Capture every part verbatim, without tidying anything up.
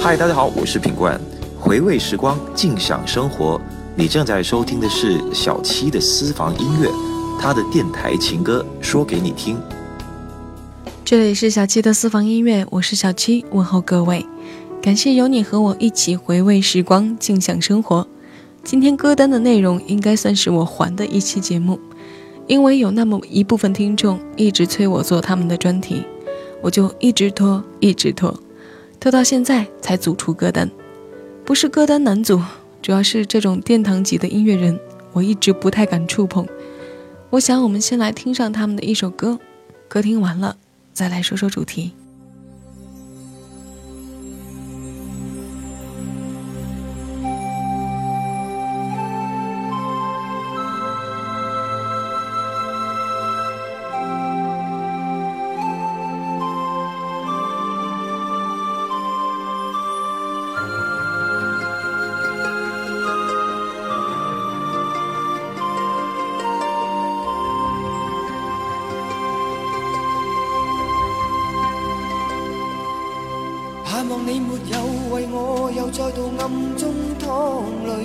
嗨，大家好，我是品冠。回味时光，尽享生活。你正在收听的是小七的私房音乐，他的电台情歌说给你听。 这里是小七的私房音乐，我是小七，问候各位。感谢有你和我一起回味时光，尽享生活。今天歌单的内容应该算是我还的一期节目，因为有那么一部分听众一直催我做他们的专题，我就一直拖一直拖拖到现在才组出歌单。不是歌单难组，主要是这种殿堂级的音乐人我一直不太敢触碰。我想我们先来听上他们的一首歌，歌听完了再来说说主题。 盼望你沒有為我又再度暗中淌淚，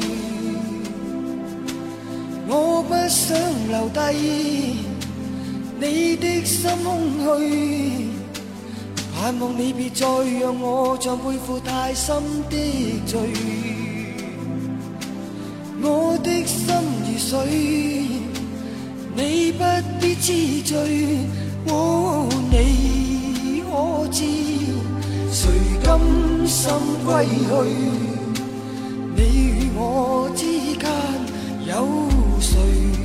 我不想留低你的心空虛，盼望你別再讓我像背負太深的罪，我的心如水，你不必知罪，哦，你可知誰甘心歸去？你與我之間有誰？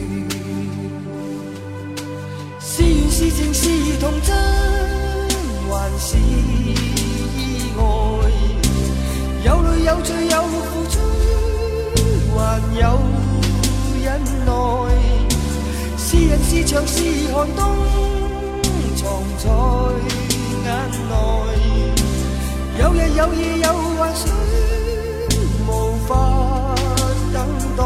是緣是情是童真，還是意外？有淚有罪有付出，還有忍耐。是人是牆是寒冬，藏在眼內。有日有夜有幻想，無法等待。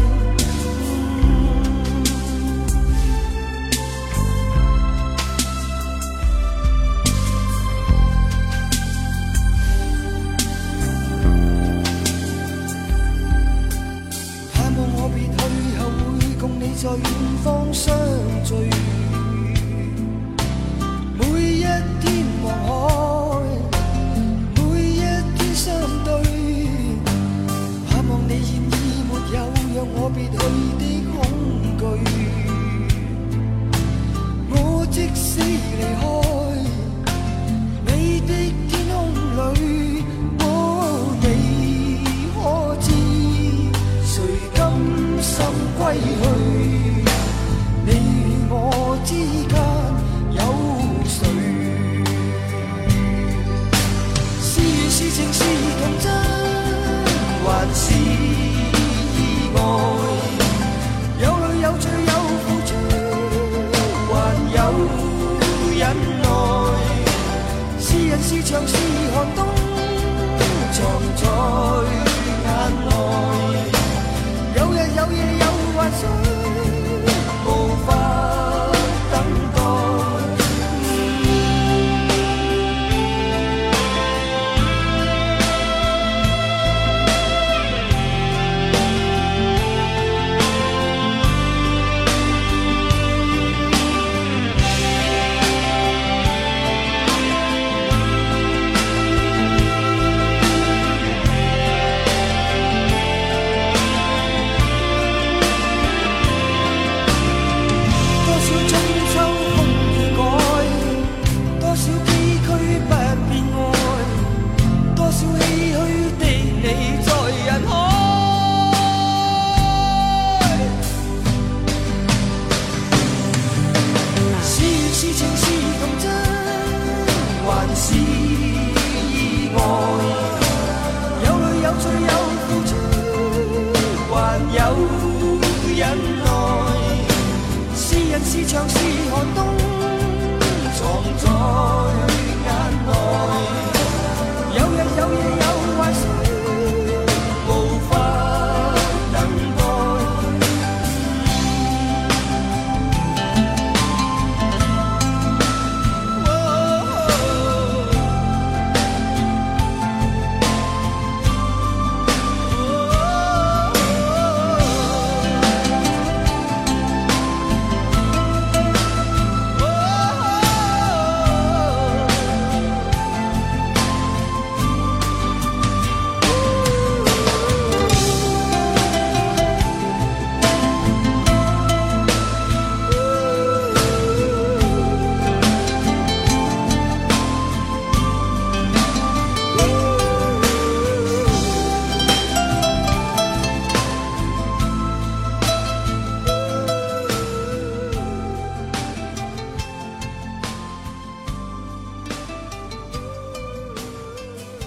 盼望我別去後會共你在遠方相聚，每一天望海。你現已沒有讓我別去的恐懼，我即使離開你的天空裏，哦，你可知誰甘心歸去？你與我之間有誰？是緣是情是童真，還是意外？有淚有罪有付出，還有忍耐。是人是牆是寒冬，藏在眼內。有日有夜有幻想，無法等待。是牆是寒冬，藏在眼內。有日有夜有幻想，無法等待。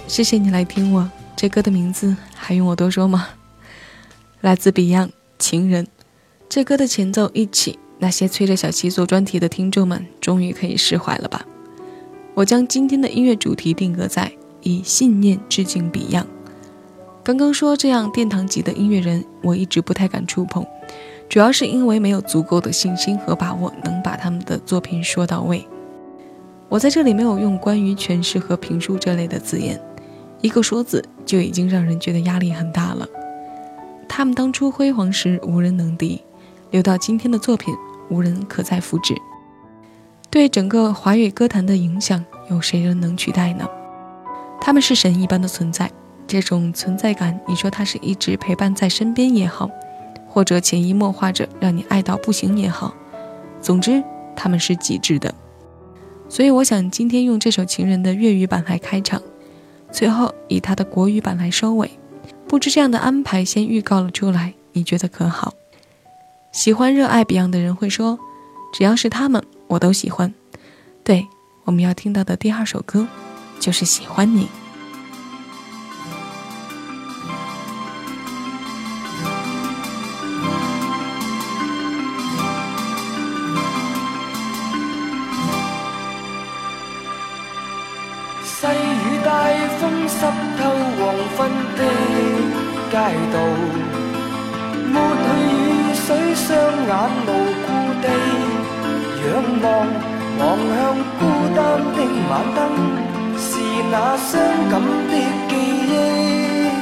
谢谢你来听我。这歌的名字还用我多说吗？来自 Beyond 情人。这歌的前奏一起，那些催着小七做专题的听众们终于可以释怀了吧。我将今天的音乐主题定格在以信念致敬 Beyond。 刚刚说这样殿堂级的音乐人我一直不太敢触碰，主要是因为没有足够的信心和把握能把他们的作品说到位。我在这里没有用关于诠释和评述这类的字眼，一个说字就已经让人觉得压力很大了。他们当初辉煌时无人能敌，留到今天的作品无人可再复制。对整个华语歌坛的影响，有谁人能取代呢？他们是神一般的存在，这种存在感，你说他是一直陪伴在身边也好，或者潜移默化着让你爱到不行也好，总之他们是极致的。所以我想今天用这首《情人》的粤语版来开场，最后以他的国语版来收尾。不知这样的安排先预告了出来，你觉得可好？喜欢热爱 Beyond 的人会说，只要是他们我都喜欢。对，我们要听到的第二首歌就是喜欢你。 细雨大风湿透黃昏的街道，抹去雨水，雙眼無故地仰望，望向孤單的晚燈，是那傷感的記憶，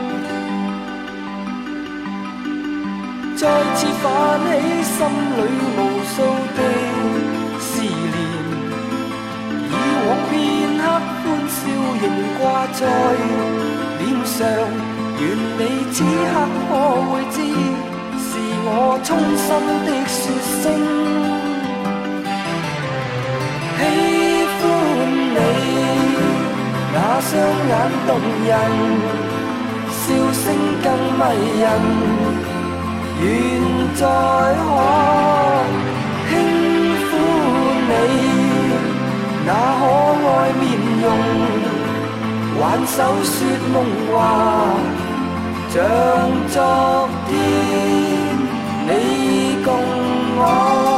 再次泛起心裏無數的思念，以往片刻歡笑仍掛在臉上，願你此刻可會知，是我衷心的說聲喜歡你，那雙眼動人，笑聲更迷人，願再可輕撫你那可愛面容，挽手說夢話，像昨天你共我。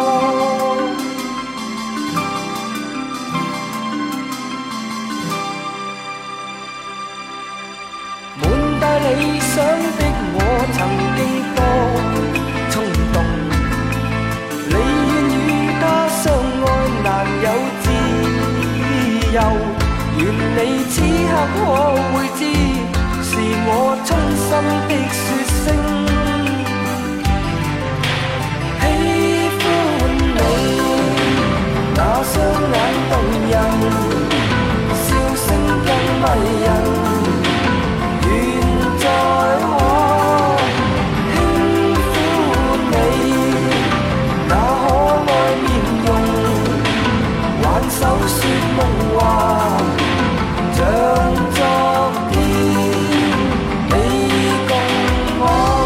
滿帶理想的我曾經多衝動，你願與他相愛難有自由，願你此刻可會知，是我衷心的說聲喜歡你，那雙眼動人，笑聲更迷人，願再可輕撫你那可愛面容，挽手說夢話，像昨天你共我。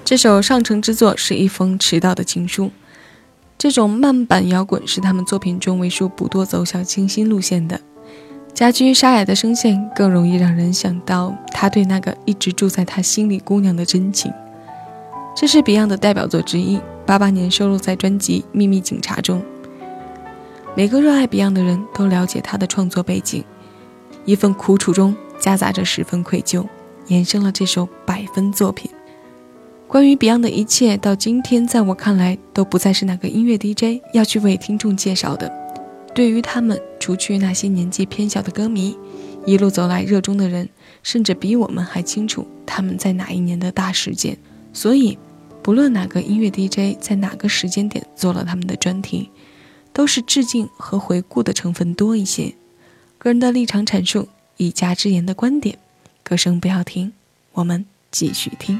这首上乘之作是一封迟到的情书。这种慢板摇滚是他们作品中为数不多走向清新路线的。家居沙哑的声线更容易让人想到他对那个一直住在他心里姑娘的真情。这是 Beyond 的代表作之一，八八年收录在专辑《秘密警察》中。每个热爱 Beyond 的人都了解他的创作背景，一份苦楚中夹杂着十分愧疚，衍生了这首百分作品。关于 Beyond 的一切，到今天在我看来都不再是哪个音乐 D J 要去为听众介绍的。对于他们，除去那些年纪偏小的歌迷，一路走来热衷的人，甚至比我们还清楚他们在哪一年的大事件。所以不论哪个音乐 D J 在哪个时间点做了他们的专题，都是致敬和回顾的成分多一些。个人的立场阐述，一家之言的观点，歌声不要停，我们继续听。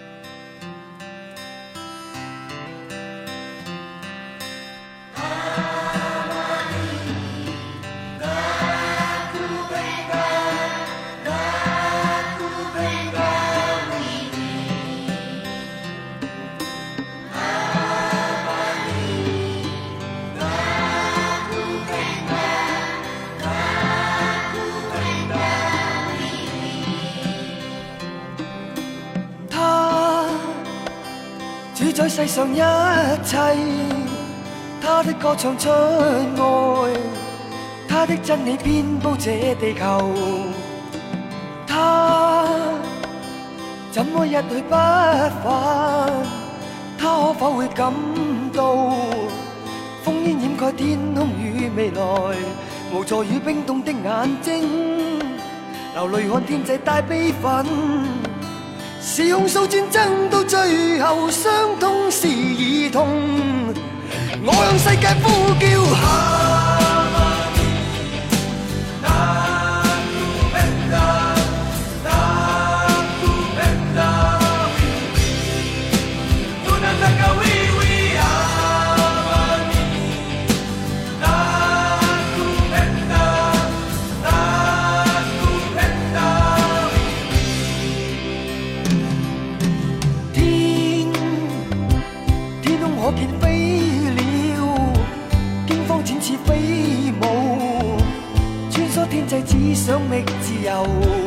主宰世上一切，他的歌唱出愛，他的真理遍佈這地球。他怎麼一去不返？他可否會感到烽煙掩蓋天空與未來，無助與冰凍的眼睛，流淚看天際帶悲憤。是控訴戰爭到最後，傷痛是兒童。我向世界呼叫。可見飛鳥，驚慌展翅飛舞，穿梭天際只想覓自由。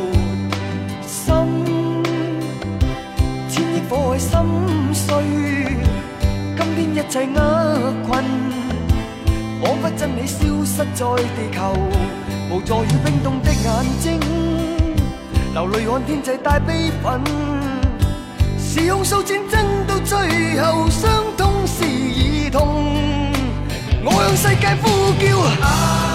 心千億火海心碎，今天一切厄困，彷彿真理消失在地球，無助與冰凍的眼睛，流淚看天際帶悲憤。是控訴戰爭到最後，傷痛是兒童。我向世界呼叫。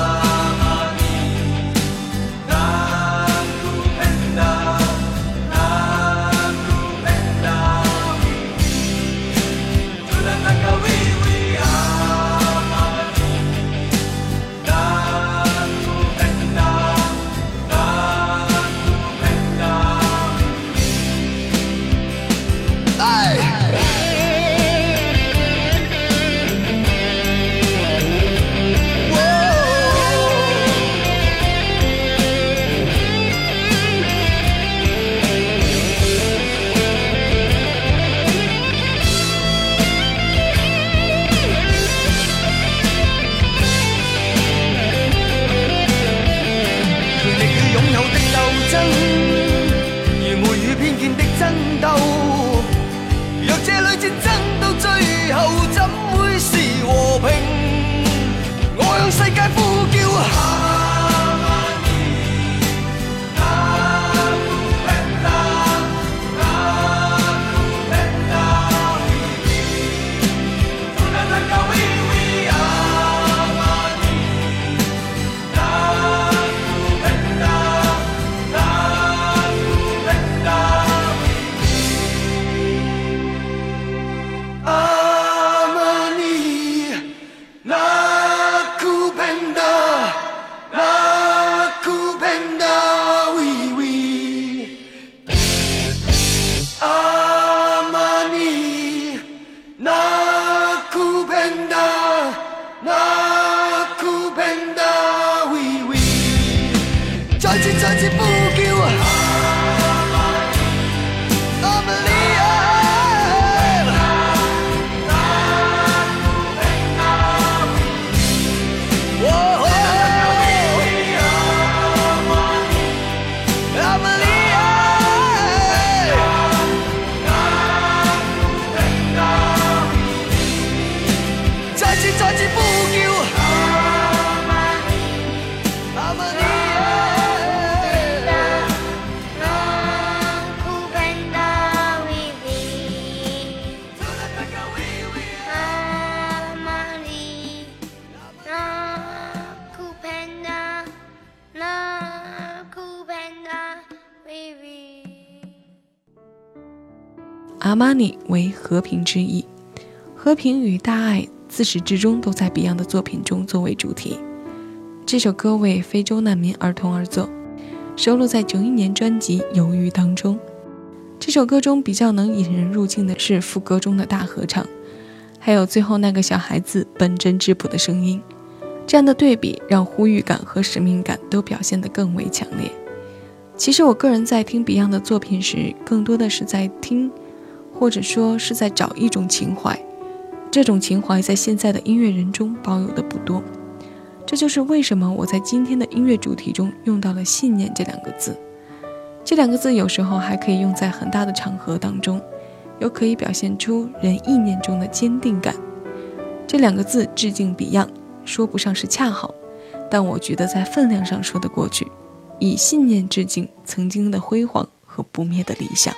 再次呼叫。 阿玛尼为和平之意，和平与大爱自始至终都在 Beyond 的作品中作为主题。这首歌为非洲难民儿童而作，收录在九一年专辑《犹豫》当中。这首歌中比较能引人入境的是副歌中的大合唱，还有最后那个小孩子本真质朴的声音，这样的对比让呼吁感和使命感都表现得更为强烈。其实我个人在听 Beyond 的作品时，更多的是在听，或者说是在找一种情怀，这种情怀在现在的音乐人中保有的不多。这就是为什么我在今天的音乐主题中用到了信念这两个字。这两个字有时候还可以用在很大的场合当中，又可以表现出人意念中的坚定感。这两个字致敬 Beyond， 说不上是恰好，但我觉得在分量上说得过去，以信念致敬曾经的辉煌和不灭的理想。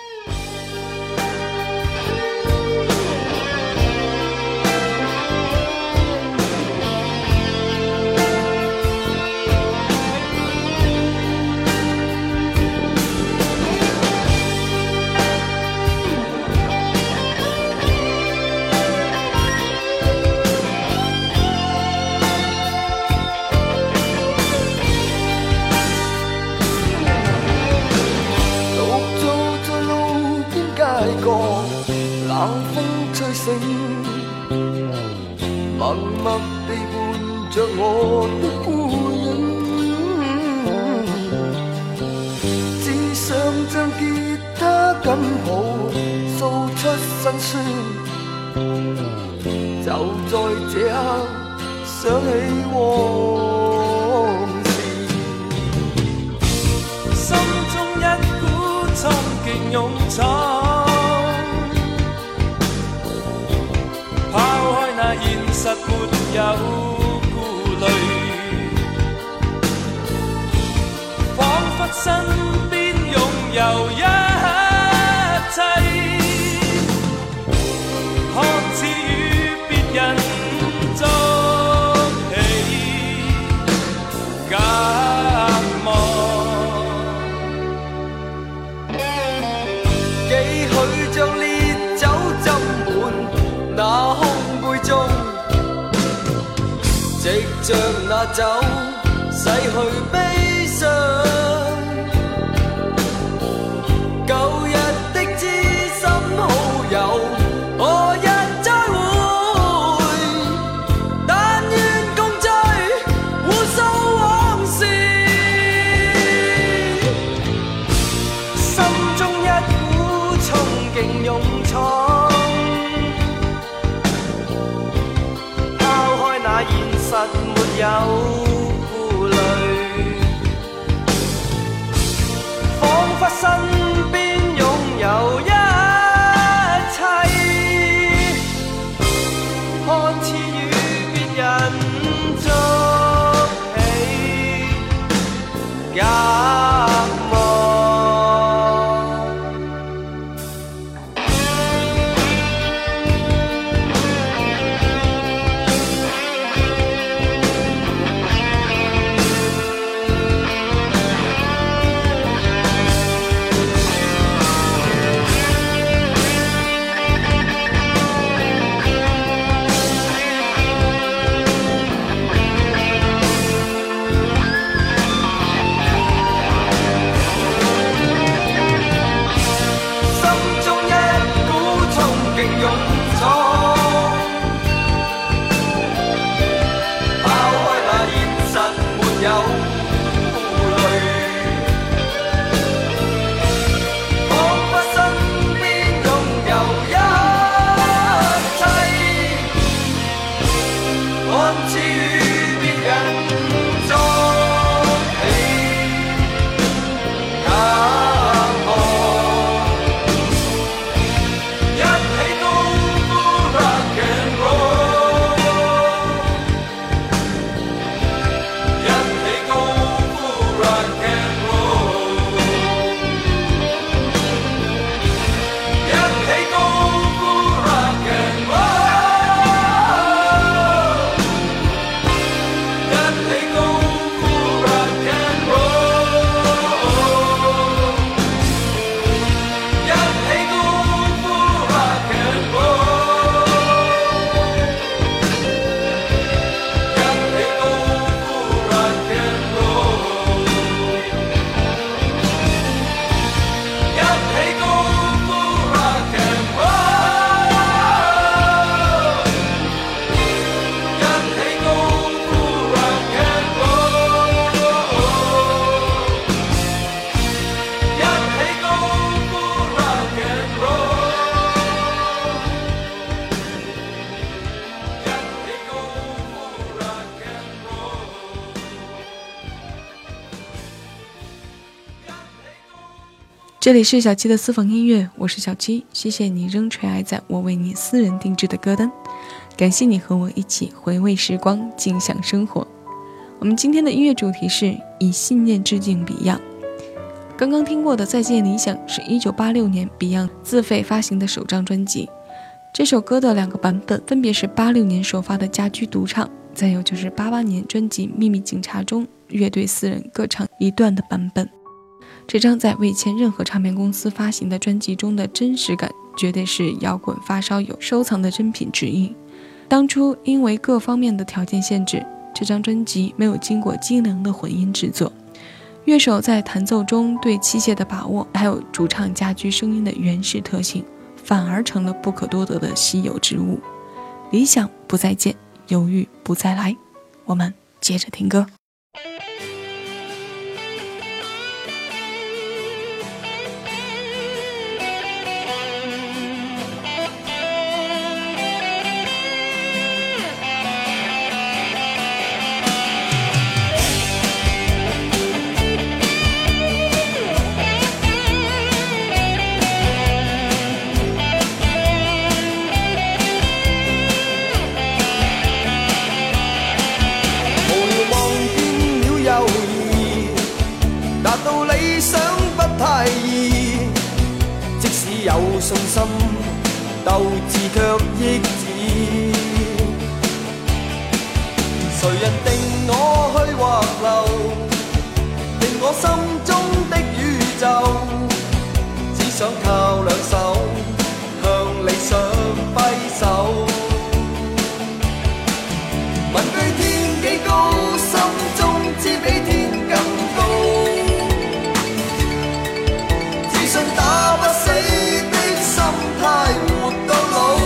冷風吹醒，默默地伴着我的孤影，只想將吉他緊抱，訴出辛酸，就在這刻想起往事，心中一股衝勁勇闖，現實沒有顧慮，彷彿身邊擁有一切，看似與別人作戲，隔膜，幾許將烈酒斟滿那空杯中，藉着那酒洗去悲傷，舊日的知心好友，何日再會？但願共聚，互訴往事，心中一股衝勁勇闖。實沒有顧慮，彷彿身邊擁有一切，看似與別人作戲，隔膜。 这里是小七的私房音乐，我是小七，谢谢你仍垂爱在我为你私人定制的歌单，感谢你和我一起回味时光，尽享生活。我们今天的音乐主题是以信念致敬 Beyond。 刚刚听过的《再见理想》是一九八六年 Beyond 自费发行的首张专辑，这首歌的两个版本分别是八六年首发的家居独唱，再有就是八八年专辑《秘密警察》中乐队四人各唱一段的版本。这张在未签任何唱片公司发行的专辑中的真实感，绝对是摇滚发烧友收藏的珍品之一。当初因为各方面的条件限制，这张专辑没有经过精良的混音制作，乐手在弹奏中对器械的把握，还有主唱家居声音的原始特性，反而成了不可多得的稀有之物。理想不再见，犹豫不再来，我们接着听歌。 有信心，鬥志卻抑止。誰人定我去或留？定我心中的宇宙。只想靠兩手向理想揮手。問句天幾高，心中知比天更高。自信打不死。活到老，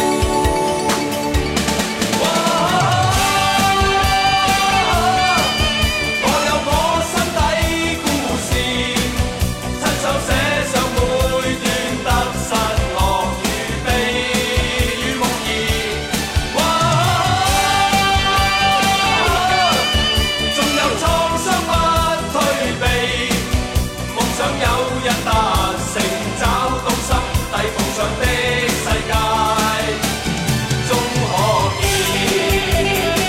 我有我心底故事，親手寫上每段得失樂與悲與夢兒。縱有創傷不退避，夢想有日達成，找到心底夢想的世界，終可見。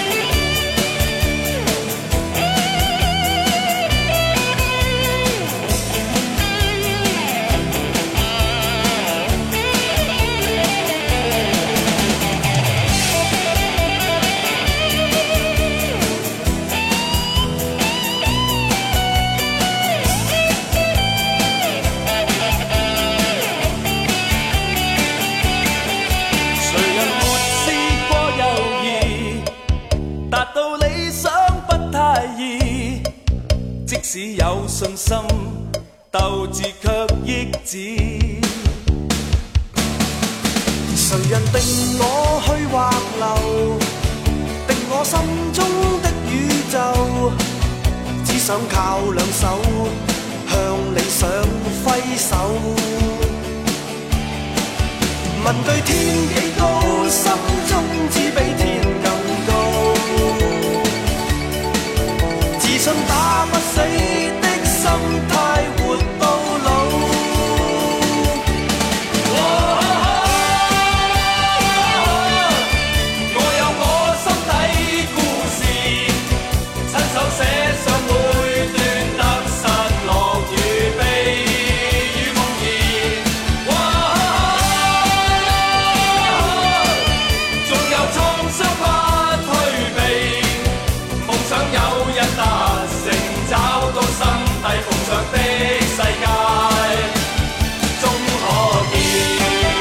即使有信心，鬥志卻抑止。誰人定我去或留？定我心中的宇宙。只想靠兩手向理想揮手。問句天幾高，心中只比天更高。自信打不死的心態，活到老。我有我心底故事，親手寫上每段得失樂與悲與夢兒。縱有創傷不退避，夢想有日達成，找到心底夢想的世界，終可見。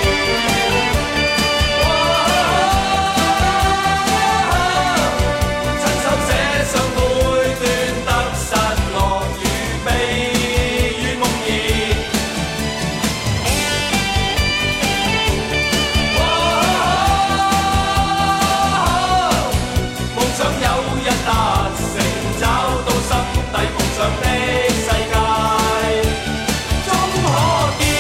親手寫上每段得失樂與悲與夢兒。夢想有日達成，找到心底夢想的世界，終可見。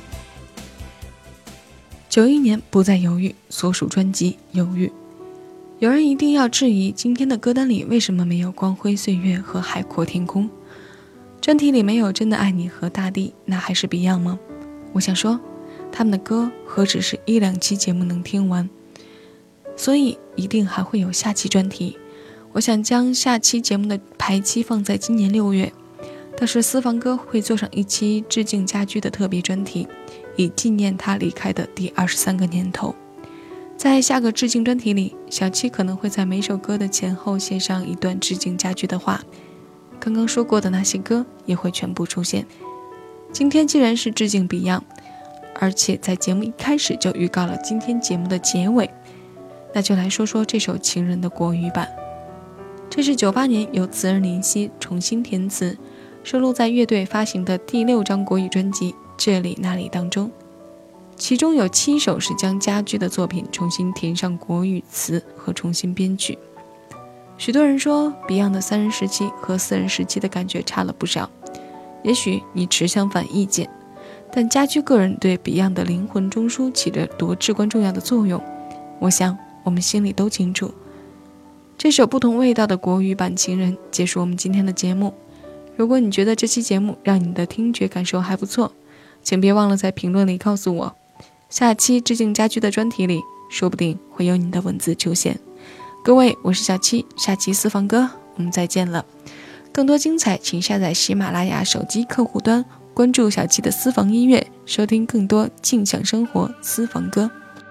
九一年不再犹豫，所属专辑《犹豫》。 有人一定要质疑今天的歌单里为什么没有光辉岁月和海阔天空，专题里没有真的爱你和大地，那还是 Beyond 吗？我想说，他们的歌何止是一两期节目能听完，所以一定还会有下期专题。我想将下期节目的排期放在今年六月，但是私房歌会做上一期致敬家驹的特别专题，以纪念他离开的第二十三个年头。在下个致敬专题里，小七可能会在每首歌的前后写上一段致敬家驹的话，刚刚说过的那些歌也会全部出现。今天既然是致敬 Beyond， 而且在节目一开始就预告了今天节目的结尾，那就来说说这首《情人》的国语版。这是九八年由词人林夕重新填词，收录在乐队发行的第六张国语专辑《这里那里》当中，其中有七首是将家驹的作品重新填上国语词和重新编曲。许多人说 Beyond 的三人时期和四人时期的感觉差了不少，也许你持相反意见，但家驹个人对 Beyond 的灵魂中枢起着多至关重要的作用，我想我们心里都清楚。这首不同味道的国语版《情人》结束我们今天的节目。如果你觉得这期节目让你的听觉感受还不错，请别忘了在评论里告诉我，下期致敬家驹的专题里说不定会有你的文字出现。各位，我是小七，下期私房歌我们再见了。更多精彩请下载喜马拉雅手机客户端，关注小七的私房音乐，收听更多静享生活私房歌。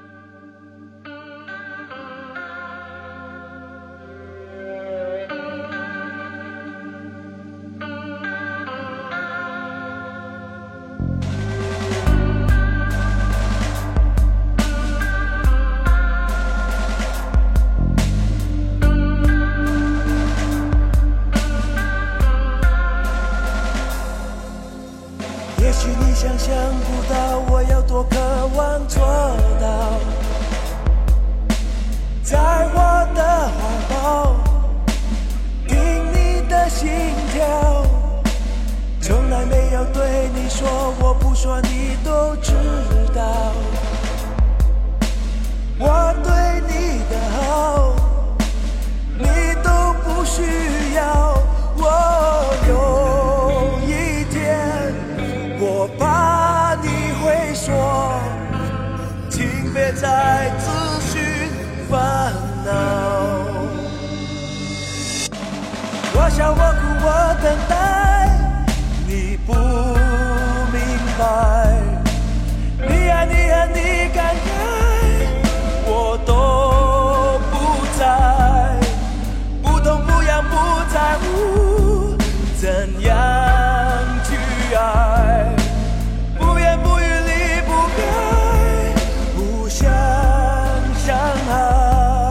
也许你想象不到我有多渴望做到，在我的怀抱听你的心跳，从来没有对你说，我不说你都知道，我对你的好你都不需要。我有一天我怕你会说，请别再自寻烦恼。我笑我哭我等待，你不明白，你爱你恨你感慨，我都不在，不痛不痒不在乎，怎样去爱，不言不语离不开，互相伤害。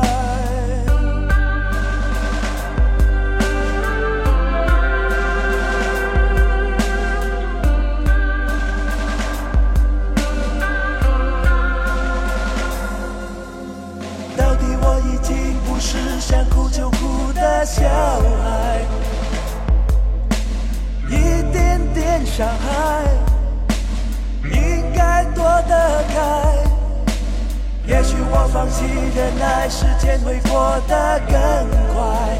到底我已经不是想哭就哭的小孩，一点点伤害应该躲得开，也许我放弃忍耐，时间会过得更快，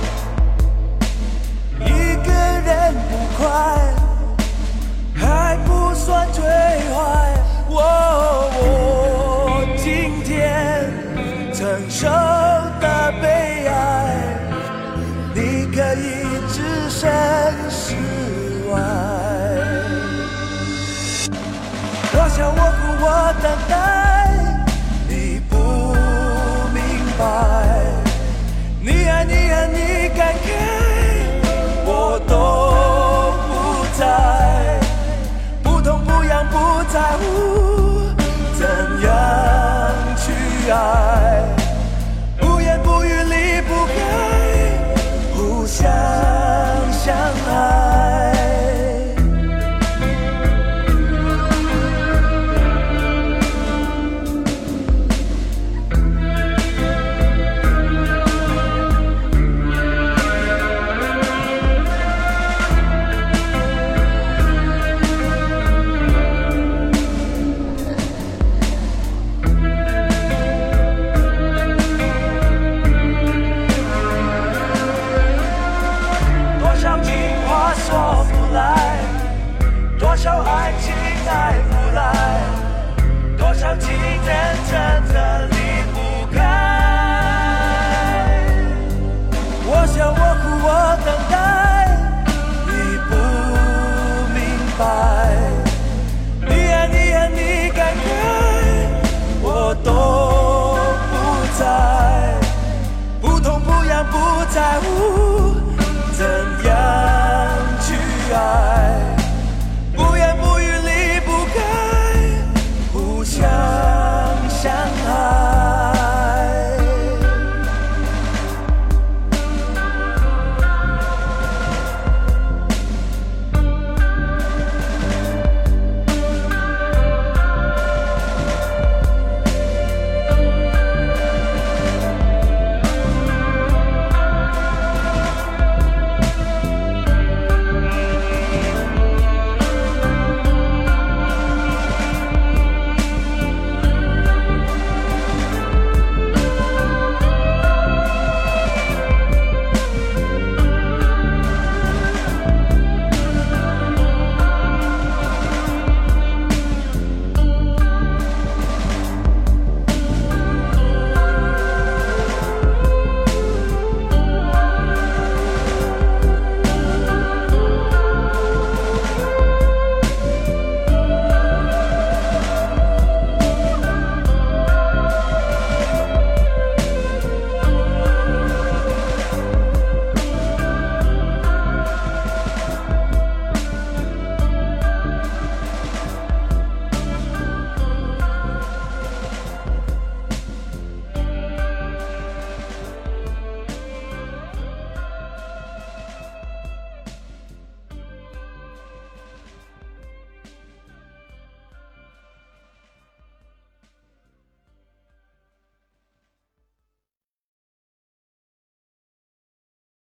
一个人不快还不算最坏。我我今天承受的悲哀，你可以置身事外。我笑我哭我等待，你不明白，你爱你恨你感慨，我都不在，不痛不痒不在乎，怎样去爱，